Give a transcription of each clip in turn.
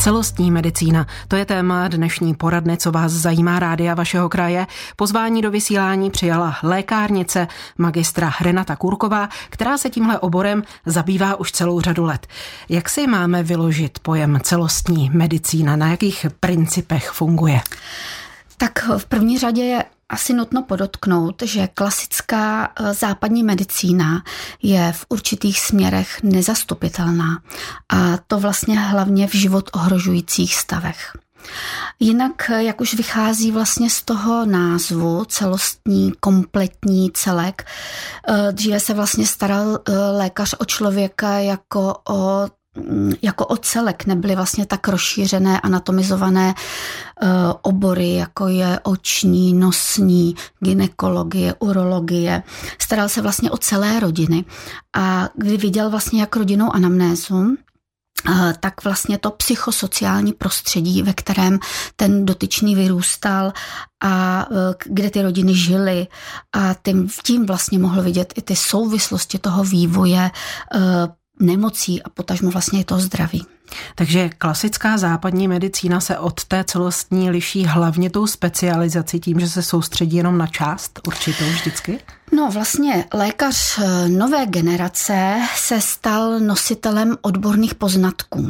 Celostní medicína, to je téma dnešní poradny, co vás zajímá rádia vašeho kraje. Pozvání do vysílání přijala lékárnice magistra Renata Kurková, která se tímhle oborem zabývá už celou řadu let. Jak si máme vyložit pojem celostní medicína? Na jakých principech funguje? Tak v první řadě je asi nutno podotknout, že klasická západní medicína je v určitých směrech nezastupitelná. A to vlastně hlavně v život ohrožujících stavech. Jinak, jak už vychází vlastně z toho názvu, celostní, kompletní celek, dříve se vlastně staral lékař o člověka jako o celek, nebyly vlastně tak rozšířené anatomizované obory, jako je oční, nosní, gynekologie, urologie. Staral se vlastně o celé rodiny. A kdy viděl vlastně jak rodinnou anamnézu, tak vlastně to psychosociální prostředí, ve kterém ten dotyčný vyrůstal a kde ty rodiny žily, a tím vlastně mohl vidět i ty souvislosti toho vývoje nemocí a potažmo vlastně i toho zdraví. Takže klasická západní medicína se od té celostní liší hlavně tou specializací, tím, že se soustředí jenom na část určitou vždycky? No vlastně lékař nové generace se stal nositelem odborných poznatků.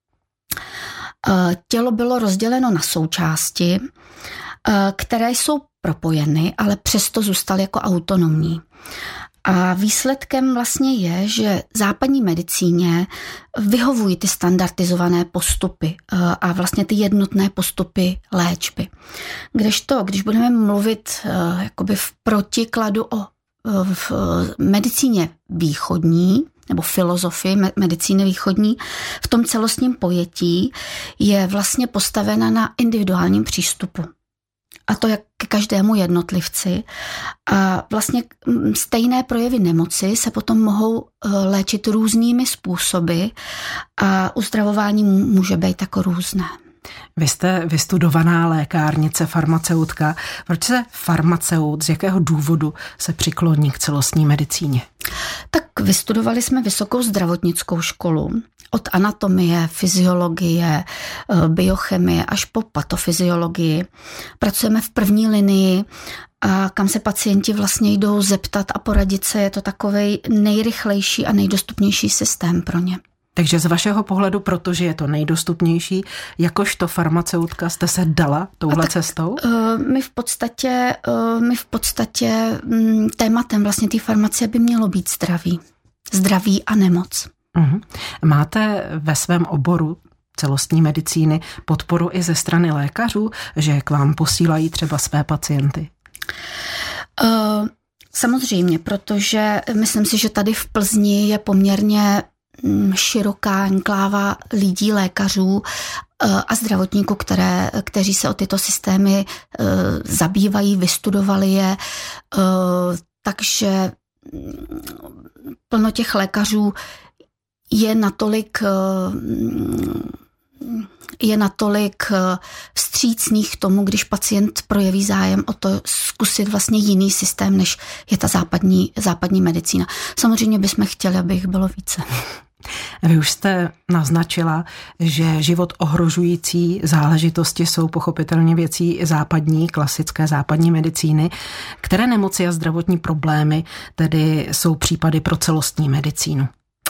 Tělo bylo rozděleno na součásti, které jsou propojeny, ale přesto zůstaly jako autonomní. A výsledkem vlastně je, že západní medicíně vyhovují ty standardizované postupy a vlastně ty jednotné postupy léčby. Když budeme mluvit jakoby v protikladu v medicíně východní, nebo filozofii medicíny východní, v tom celostním pojetí je vlastně postavena na individuálním přístupu. A to jak ke každému jednotlivci. A vlastně stejné projevy nemoci se potom mohou léčit různými způsoby a uzdravování může být jako různé. Vy jste vystudovaná lékárnice, farmaceutka. Proč se farmaceut, z jakého důvodu se přikloní k celostní medicíně? Tak vystudovali jsme vysokou zdravotnickou školu. Od anatomie, fyziologie, biochemie až po patofyziologii. Pracujeme v první linii a kam se pacienti vlastně jdou zeptat a poradit se, je to takovej nejrychlejší a nejdostupnější systém pro ně. Takže z vašeho pohledu, protože je to nejdostupnější, jakožto farmaceutka jste se dala touhle cestou? My v podstatě tématem vlastně té farmacie by mělo být zdraví. Zdraví a nemoc. Máte ve svém oboru celostní medicíny podporu i ze strany lékařů, že k vám posílají třeba své pacienty? Samozřejmě, protože myslím si, že tady v Plzni je poměrně široká enkláva lidí, lékařů a zdravotníků, kteří se o tyto systémy zabývají, vystudovali je, takže plno těch lékařů je natolik vstřícných k tomu, když pacient projeví zájem o to zkusit vlastně jiný systém, než je ta západní medicína. Samozřejmě bychom chtěli, aby jich bylo více. Vy už jste naznačila, že život ohrožující záležitosti jsou pochopitelně věcí klasické západní medicíny. Které nemoci a zdravotní problémy tedy jsou případy pro celostní medicínu?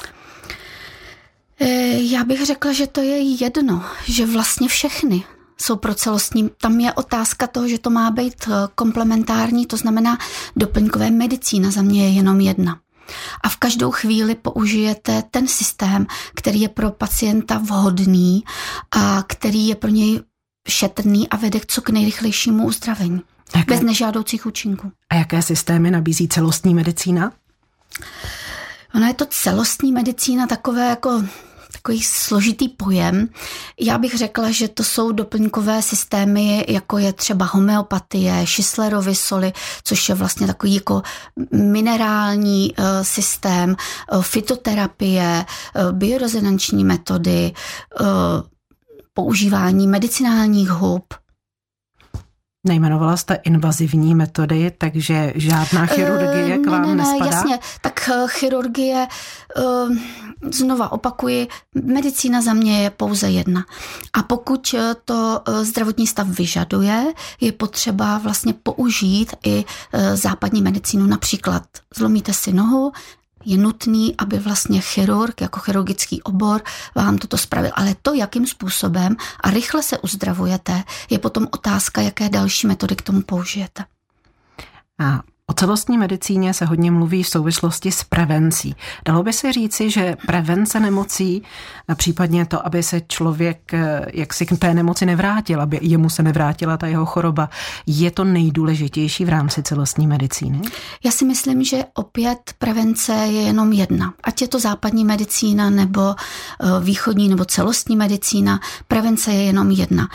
Já bych řekla, že to je jedno, že vlastně všechny jsou pro celostní. Tam je otázka toho, že to má být komplementární, to znamená doplňkové medicína za mě je jenom jedna. A v každou chvíli použijete ten systém, který je pro pacienta vhodný a který je pro něj šetrný a vede co k nejrychlejšímu uzdravení. Bez nežádoucích účinků. A jaké systémy nabízí celostní medicína? Ona je to celostní medicína takový složitý pojem. Já bych řekla, že to jsou doplňkové systémy, jako je třeba homeopatie, Schisslerovy soli, což je vlastně takový jako minerální systém, fytoterapie, biorezonanční metody, používání medicinálních hub. Nejmenovala jste invazivní metody, takže žádná chirurgie k vám nespadá? Jasně, tak chirurgie, znova opakuji, medicína za mě je pouze jedna. A pokud to zdravotní stav vyžaduje, je potřeba vlastně použít i západní medicínu. Například zlomíte si nohu, je nutný, aby vlastně chirurg jako chirurgický obor vám toto spravil. Ale to, jakým způsobem a rychle se uzdravujete, je potom otázka, jaké další metody k tomu použijete. A o celostní medicíně se hodně mluví v souvislosti s prevencí. Dalo by se říci, že prevence nemocí, případně to, aby se člověk jaksi k té nemoci nevrátil, aby jemu se nevrátila ta jeho choroba, je to nejdůležitější v rámci celostní medicíny? Já si myslím, že opět prevence je jenom jedna. Ať je to západní medicína nebo východní nebo celostní medicína, prevence je jenom jedna.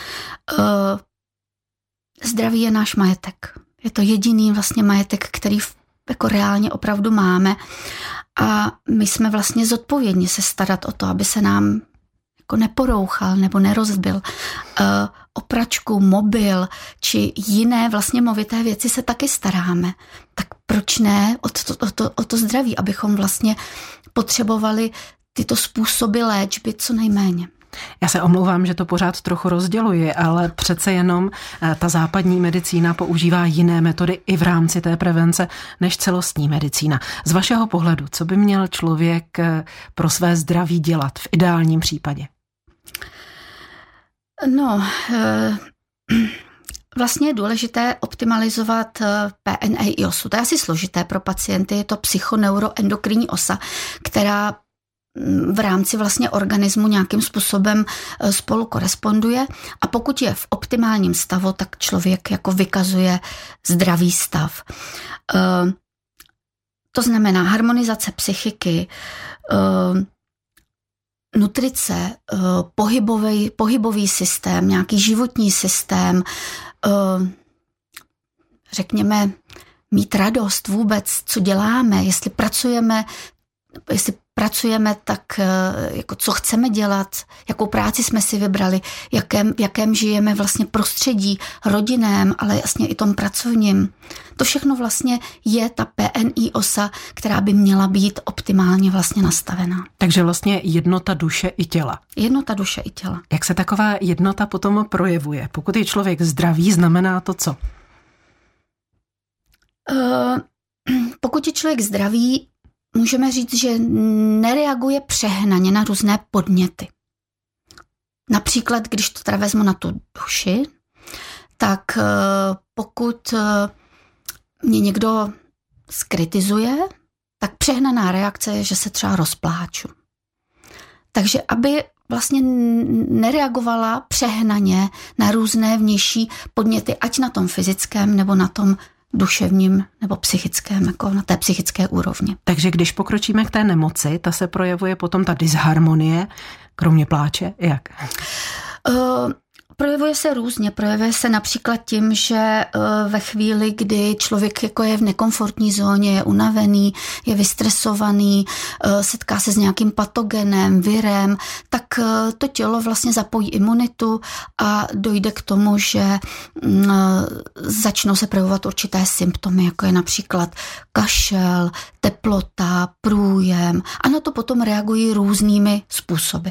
Zdraví je náš majetek. Je to jediný vlastně majetek, který jako reálně opravdu máme a my jsme vlastně zodpovědní se starat o to, aby se nám jako neporouchal nebo nerozbil. O pračku, mobil či jiné vlastně movité věci se taky staráme. Tak proč ne o to zdraví, abychom vlastně potřebovali tyto způsoby léčby co nejméně. Já se omlouvám, že to pořád trochu rozděluji, ale přece jenom ta západní medicína používá jiné metody i v rámci té prevence než celostní medicína. Z vašeho pohledu, co by měl člověk pro své zdraví dělat v ideálním případě? No, vlastně je důležité optimalizovat PNA-IOSu. To je asi složité pro pacienty, je to psychoneuroendokrinní osa, která v rámci vlastně organismu nějakým způsobem spolu koresponduje a pokud je v optimálním stavu, tak člověk jako vykazuje zdravý stav. To znamená harmonizace psychiky, nutrice, pohybový systém, nějaký životní systém, řekněme mít radost vůbec, co děláme, jestli pracujeme, tak jako co chceme dělat, jakou práci jsme si vybrali, v jakém žijeme vlastně prostředí, rodinném, ale jasně i tom pracovním. To všechno vlastně je ta PNI osa, která by měla být optimálně vlastně nastavená. Takže vlastně jednota duše i těla. Jednota duše i těla. Jak se taková jednota potom projevuje? Pokud je člověk zdravý, znamená to co? Pokud je člověk zdravý, můžeme říct, že nereaguje přehnaně na různé podněty. Například, když to teda vezmu na tu duši, tak pokud mě někdo skritizuje, tak přehnaná reakce je, že se třeba rozpláču. Takže aby vlastně nereagovala přehnaně na různé vnější podněty, ať na tom fyzickém nebo na tom duševním nebo psychickém, jako na té psychické úrovni. Takže když pokročíme k té nemoci, ta se projevuje potom ta disharmonie, kromě pláče, jak? Projevuje se různě. Projevuje se například tím, že ve chvíli, kdy člověk jako je v nekomfortní zóně, je unavený, je vystresovaný, setká se s nějakým patogenem, virem, tak to tělo vlastně zapojí imunitu a dojde k tomu, že začnou se projevovat určité symptomy, jako je například kašel, teplota, průjem a na to potom reagují různými způsoby.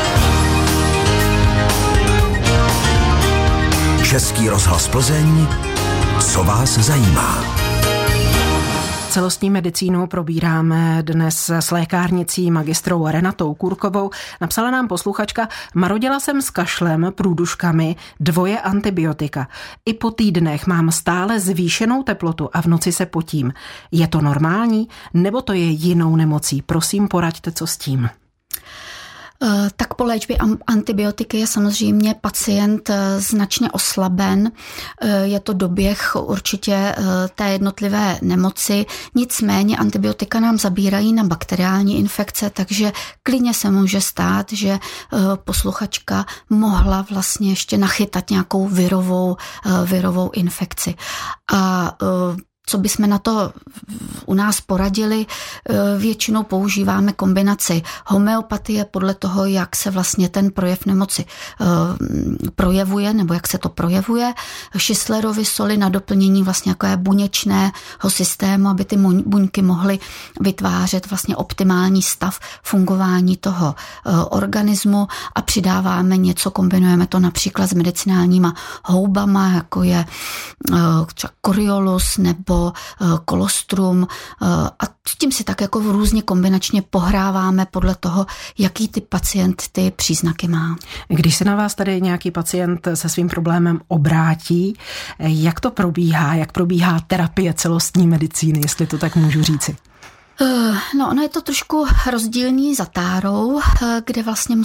Český rozhlas Plzeň, co vás zajímá? Celostní medicínu probíráme dnes s lékárnicí magistrou Renatou Kurkovou. Napsala nám posluchačka: marodila jsem s kašlem, průduškami, 2 antibiotika. I po týdnech mám stále zvýšenou teplotu a v noci se potím. Je to normální, nebo to je jinou nemocí? Prosím, poraďte, co s tím. Tak po léčbě antibiotiky je samozřejmě pacient značně oslaben. Je to doběh určitě té jednotlivé nemoci. Nicméně antibiotika nám zabírají na bakteriální infekce, takže klidně se může stát, že posluchačka mohla vlastně ještě nachytat nějakou virovou infekci. A co bychom na to u nás poradili, většinou používáme kombinaci homeopatie podle toho, jak se vlastně ten projev nemoci projevuje, nebo jak se to projevuje. Schistlerovy soli na doplnění vlastně jako buněčného systému, aby ty buňky mohly vytvářet vlastně optimální stav fungování toho organismu, a přidáváme něco, kombinujeme to například s medicinálníma houbama, jako je třeba Coriolus nebo kolostrum, a s tím si tak jako různě kombinačně pohráváme podle toho, jaký ty pacient ty příznaky má. Když se na vás tady nějaký pacient se svým problémem obrátí, jak to probíhá? Jak probíhá terapie celostní medicíny, jestli to tak můžu říci? No, ono je to trošku rozdílný za tárou, kde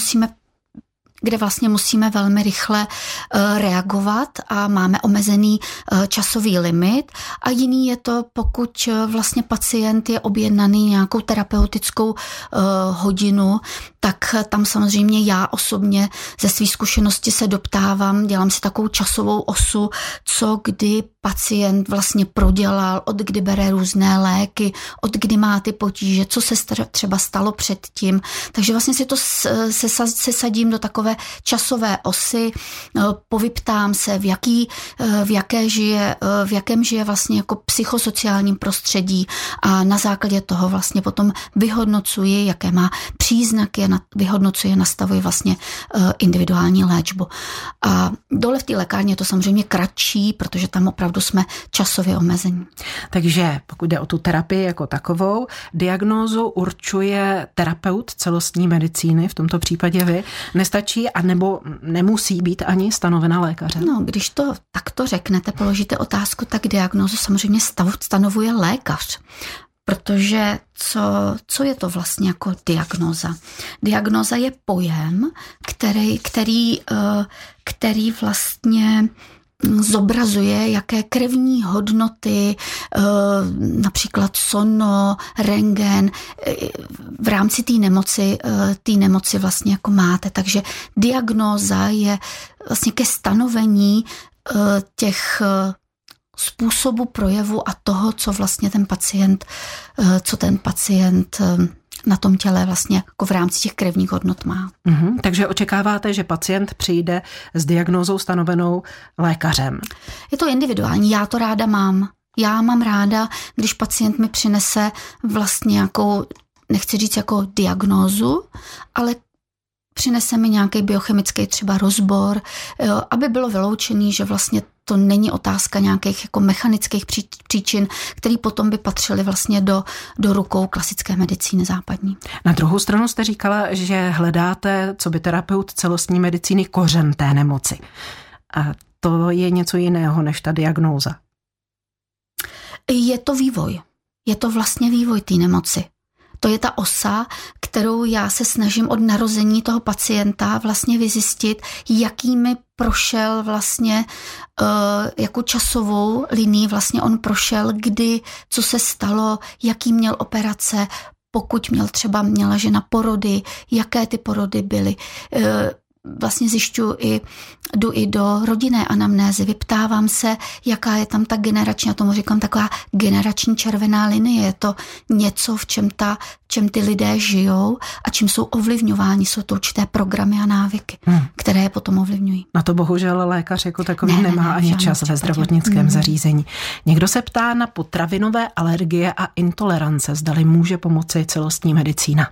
vlastně musíme velmi rychle reagovat a máme omezený časový limit, a jiný je to, pokud vlastně pacient je objednaný nějakou terapeutickou hodinu, tak tam samozřejmě já osobně ze své zkušenosti se doptávám, dělám si takovou časovou osu, co kdy pacient vlastně prodělal, od kdy bere různé léky, od kdy má ty potíže, co se třeba stalo předtím. Takže vlastně si to sesadím do takové časové osy, povyptám se, v jakém žije vlastně jako psychosociálním prostředí, a na základě toho vlastně potom vyhodnocuji, jaké má příznaky, vyhodnocuji, nastavuji vlastně individuální léčbu. A dole v té lékárně je to samozřejmě kratší, protože tam opravdu jsme časově omezení. Takže pokud jde o tu terapii jako takovou, diagnózu určuje terapeut celostní medicíny, v tomto případě vy, nestačí a nebo nemusí být ani stanovena lékařem? No, když to takto řeknete, položíte otázku, tak diagnózu samozřejmě stanovuje lékař. Protože co je to vlastně jako diagnóza? Diagnóza je pojem, který vlastně zobrazuje, jaké krevní hodnoty, například sono, rentgen, v rámci té nemoci vlastně jako máte. Takže diagnóza je vlastně ke stanovení těch způsobu projevu a toho, co vlastně ten pacient na tom těle vlastně jako v rámci těch krevních hodnot má. Takže očekáváte, že pacient přijde s diagnózou stanovenou lékařem? Je to individuální, já to ráda mám. Já mám ráda, když pacient mi přinese vlastně jako, nechci říct jako diagnózu, ale přinese mi nějaký biochemický třeba rozbor, aby bylo vyloučený, že vlastně to není otázka nějakých jako mechanických příčin, které potom by patřily vlastně do rukou klasické medicíny západní. Na druhou stranu jste říkala, že hledáte, co by terapeut celostní medicíny, kořen té nemoci. A to je něco jiného než ta diagnóza. Je to vývoj. Je to vlastně vývoj té nemoci. To je ta osa, kterou já se snažím od narození toho pacienta vlastně vyzjistit, jakými prošel vlastně, jakou časovou linii vlastně on prošel, kdy, co se stalo, jaký měl operace, pokud měla žena porody, jaké ty porody byly. Vlastně jdu i do rodinné anamnézy, vyptávám se, jaká je tam ta generační, já tomu říkám taková generační červená linie, je to něco, v čem ty lidé žijou a čím jsou ovlivňováni, jsou to určité programy a návyky, které je potom ovlivňují. Na to bohužel lékař jako takový nemá ani čas ve zdravotnickém zařízení. Někdo se ptá na potravinové alergie a intolerance, zdali může pomoci celostní medicína.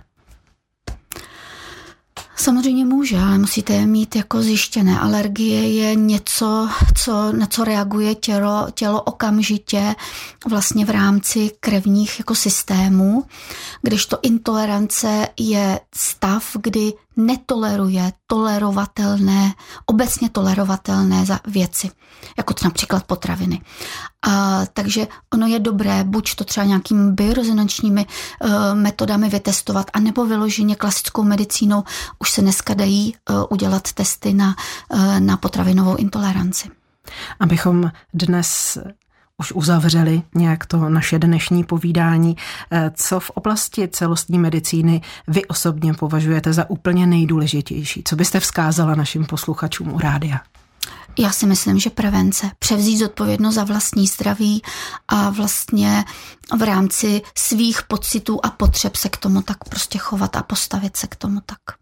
Samozřejmě může, ale musíte je mít jako zjištěné. Alergie je něco, na co reaguje tělo okamžitě vlastně v rámci krevních jako systémů, kdežto intolerance je stav, kdy netoleruje obecně tolerovatelné věci, jako například potraviny. Takže ono je dobré buď to třeba nějakými biorezonančními metodami vytestovat, anebo vyloženě klasickou medicínou už se dneska dají udělat testy na potravinovou intoleranci. Abychom dnes už uzavřeli nějak to naše dnešní povídání. Co v oblasti celostní medicíny vy osobně považujete za úplně nejdůležitější? Co byste vzkázala našim posluchačům u rádia? Já si myslím, že prevence. Převzít zodpovědnost za vlastní zdraví a vlastně v rámci svých pocitů a potřeb se k tomu tak prostě chovat a postavit se k tomu tak.